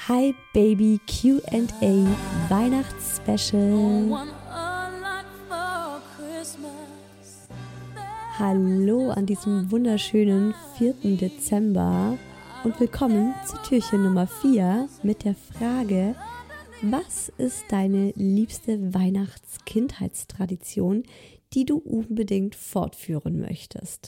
Hi Baby Q&A Weihnachtsspecial. Hallo an diesem wunderschönen 4. Dezember und willkommen zu Türchen Nummer 4 mit der Frage: Was ist deine liebste Weihnachts-Kindheitstradition, die du unbedingt fortführen möchtest?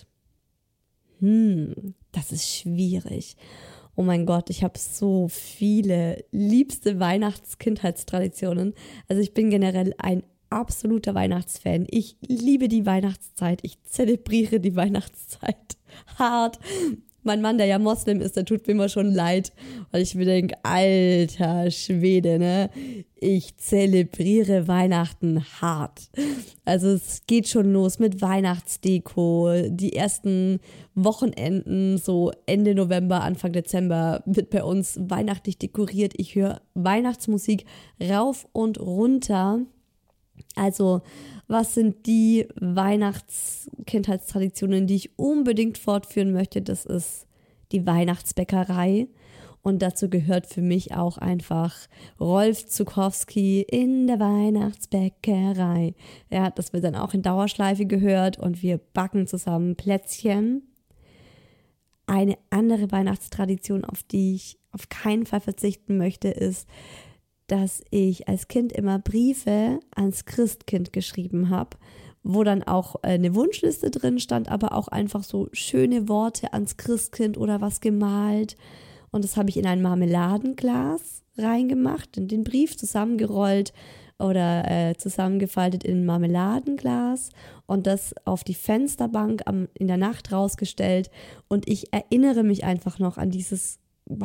Das ist schwierig. Oh mein Gott, ich habe so viele liebste Weihnachts-Kindheitstraditionen. Also ich bin generell ein absoluter Weihnachtsfan. Ich liebe die Weihnachtszeit. Ich zelebriere die Weihnachtszeit hart. Mein Mann, der ja Moslem ist, der tut mir immer schon leid, weil ich mir denke, alter Schwede, ne? Ich zelebriere Weihnachten hart. Also es geht schon los mit Weihnachtsdeko. Die ersten Wochenenden, so Ende November, Anfang Dezember, wird bei uns weihnachtlich dekoriert. Ich höre Weihnachtsmusik rauf und runter. Also, was sind die Weihnachtskindheitstraditionen, die ich unbedingt fortführen möchte? Das ist die Weihnachtsbäckerei. Und dazu gehört für mich auch einfach Rolf Zuckowski in der Weihnachtsbäckerei. Ja, das wird dann auch in Dauerschleife gehört und wir backen zusammen Plätzchen. Eine andere Weihnachtstradition, auf die ich auf keinen Fall verzichten möchte, ist, dass ich als Kind immer Briefe ans Christkind geschrieben habe, wo dann auch eine Wunschliste drin stand, aber auch einfach so schöne Worte ans Christkind oder was gemalt. Und das habe ich in ein Marmeladenglas reingemacht, in den Brief zusammengerollt oder zusammengefaltet in ein Marmeladenglas und das auf die Fensterbank in der Nacht rausgestellt. Und ich erinnere mich einfach noch an dieses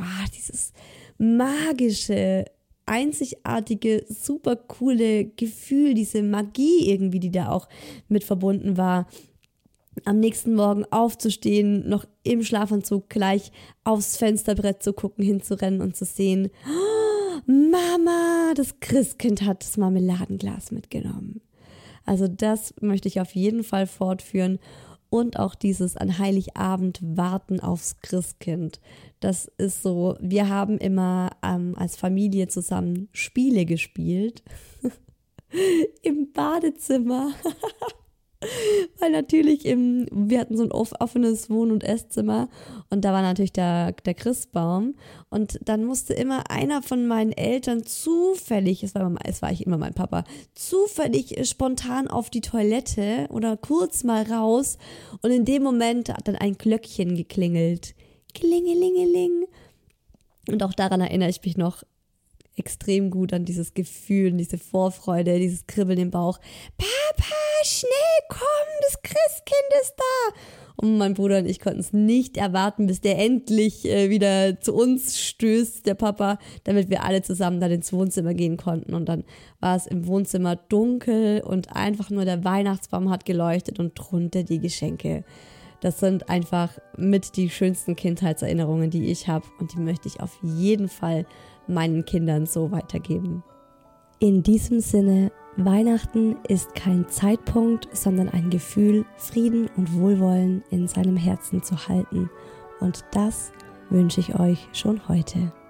magische, einzigartige, super coole Gefühl, diese Magie irgendwie, die da auch mit verbunden war. Am nächsten Morgen aufzustehen, noch im Schlafanzug gleich aufs Fensterbrett zu gucken, hinzurennen und zu sehen, oh, Mama, das Christkind hat das Marmeladenglas mitgenommen. Also das möchte ich auf jeden Fall fortführen. Und auch dieses an Heiligabend warten aufs Christkind. Das ist so, wir haben immer als Familie zusammen Spiele gespielt. Im Badezimmer. Weil natürlich wir hatten so ein offenes Wohn- und Esszimmer und da war natürlich der Christbaum und dann musste immer einer von meinen Eltern zufällig, es war eigentlich immer mein Papa, zufällig spontan auf die Toilette oder kurz mal raus und in dem Moment hat dann ein Glöckchen geklingelt. Klingelingeling. Und auch daran erinnere ich mich noch extrem gut an dieses Gefühl, diese Vorfreude, dieses Kribbeln im Bauch. Papa, schnell komm, das Christkind ist da. Und mein Bruder und ich konnten es nicht erwarten, bis der endlich wieder zu uns stößt, der Papa, damit wir alle zusammen dann ins Wohnzimmer gehen konnten. Und dann war es im Wohnzimmer dunkel und einfach nur der Weihnachtsbaum hat geleuchtet und drunter die Geschenke. Das sind einfach mit die schönsten Kindheitserinnerungen, die ich habe und die möchte ich auf jeden Fall meinen Kindern so weitergeben. In diesem Sinne, Weihnachten ist kein Zeitpunkt, sondern ein Gefühl, Frieden und Wohlwollen in seinem Herzen zu halten. Und das wünsche ich euch schon heute.